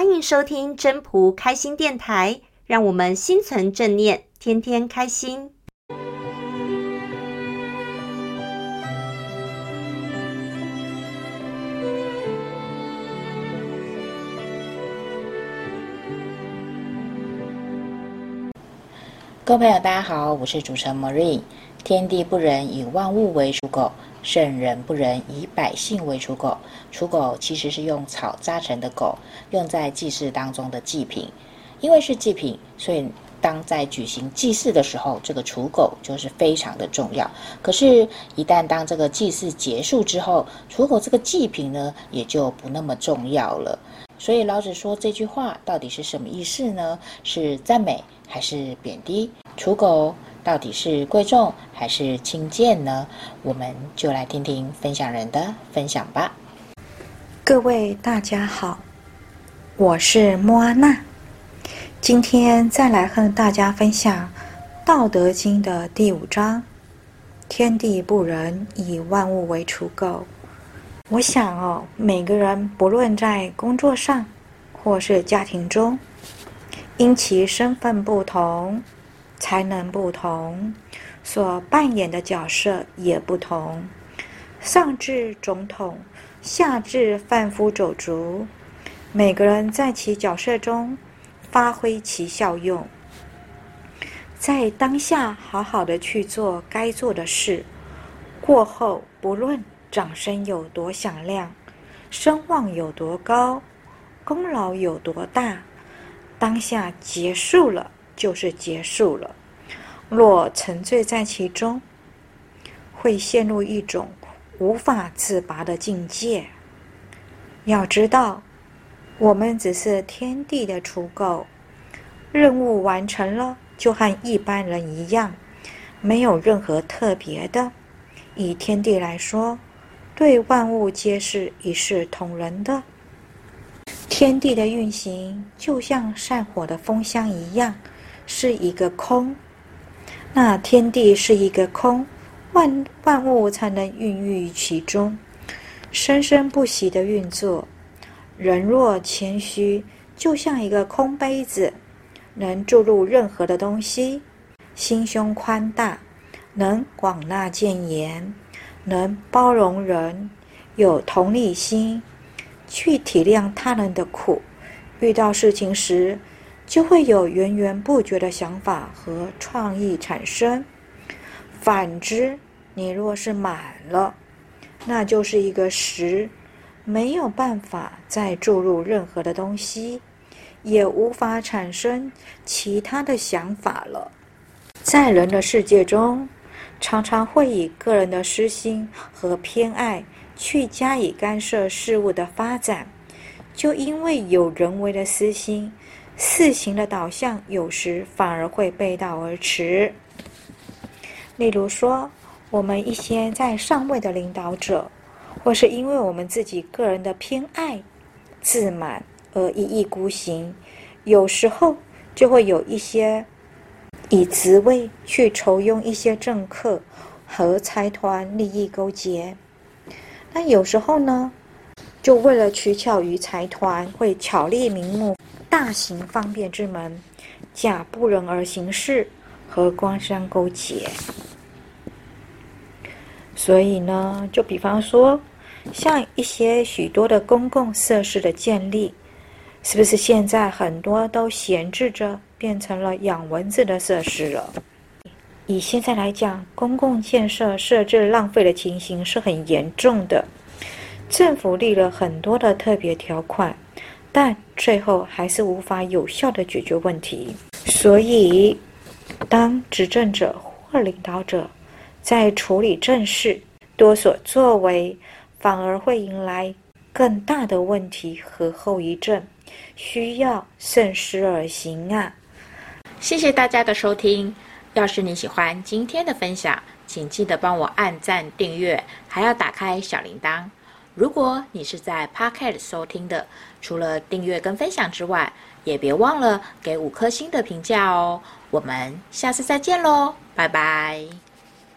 欢迎收听真仆开心电台，让我们心存正念，天天开心。 各位朋友大家好，我是主持人 Marine。 天地不仁，以万物为刍狗；圣人不仁，以百姓为刍狗。刍狗其实是用草扎成的狗，用在祭祀当中的祭品。因为是祭品，所以当在举行祭祀的时候，这个刍狗就是非常的重要。可是一旦当这个祭祀结束之后，刍狗这个祭品呢也就不那么重要了。所以老子说这句话到底是什么意思呢？是赞美还是贬低？刍狗到底是贵重还是轻贱呢？我们就来听听分享人的分享吧。 各位大家好，我是莫阿娜，今天再来和大家分享《道德经》的第5章：天地不仁，以万物为刍狗。我想每个人不论在工作上或是家庭中，因其身份不同，才能不同，所扮演的角色也不同，上至总统，下至贩夫走卒，每个人在其角色中发挥其效用，在当下好好的去做该做的事，过后不论掌声有多响亮，声望有多高，功劳有多大，当下结束了就是结束了。若沉醉在其中，会陷入一种无法自拔的境界。要知道，我们只是天地的刍狗，任务完成了就和一般人一样，没有任何特别的。以天地来说，对万物皆是一视同仁的。天地的运行就像善火的风箱一样，是一个空。那天地是一个空，万物才能孕育于其中，生生不息的运作。人若谦虚，就像一个空杯子，能注入任何的东西。心胸宽大，能广纳谏言，能包容人，有同理心，去体谅他人的苦。遇到事情时，就会有源源不绝的想法和创意产生。反之，你若是满了，那就是一个实，没有办法再注入任何的东西，也无法产生其他的想法了。在人的世界中，常常会以个人的私心和偏爱去加以干涉事物的发展，就因为有人为的私心，事情的导向有时反而会背道而驰。例如说，我们一些在上位的领导者，或是因为我们自己个人的偏爱、自满而一意孤行，有时候就会有一些以职位去酬庸一些政客和财团利益勾结。那有时候呢，就为了取巧于财团，会巧立名目，大行方便之门，假不仁而行事，和官商勾结。所以呢，就比方说，像一些许多的公共设施的建立，是不是现在很多都闲置着，变成了养蚊子的设施了？以现在来讲，公共建设设置浪费的情形是很严重的。政府立了很多的特别条款，但最后还是无法有效的解决问题。所以，当执政者或领导者在处理政事多所作为，反而会迎来更大的问题和后遗症，需要慎思而行啊！ 谢谢大家的收听。要是你喜欢今天的分享，请记得帮我按赞、订阅，还要打开小铃铛。如果你是在 Podcast 收听的，除了订阅跟分享之外，也别忘了给5颗星的评价哦。我们下次再见喽，拜拜。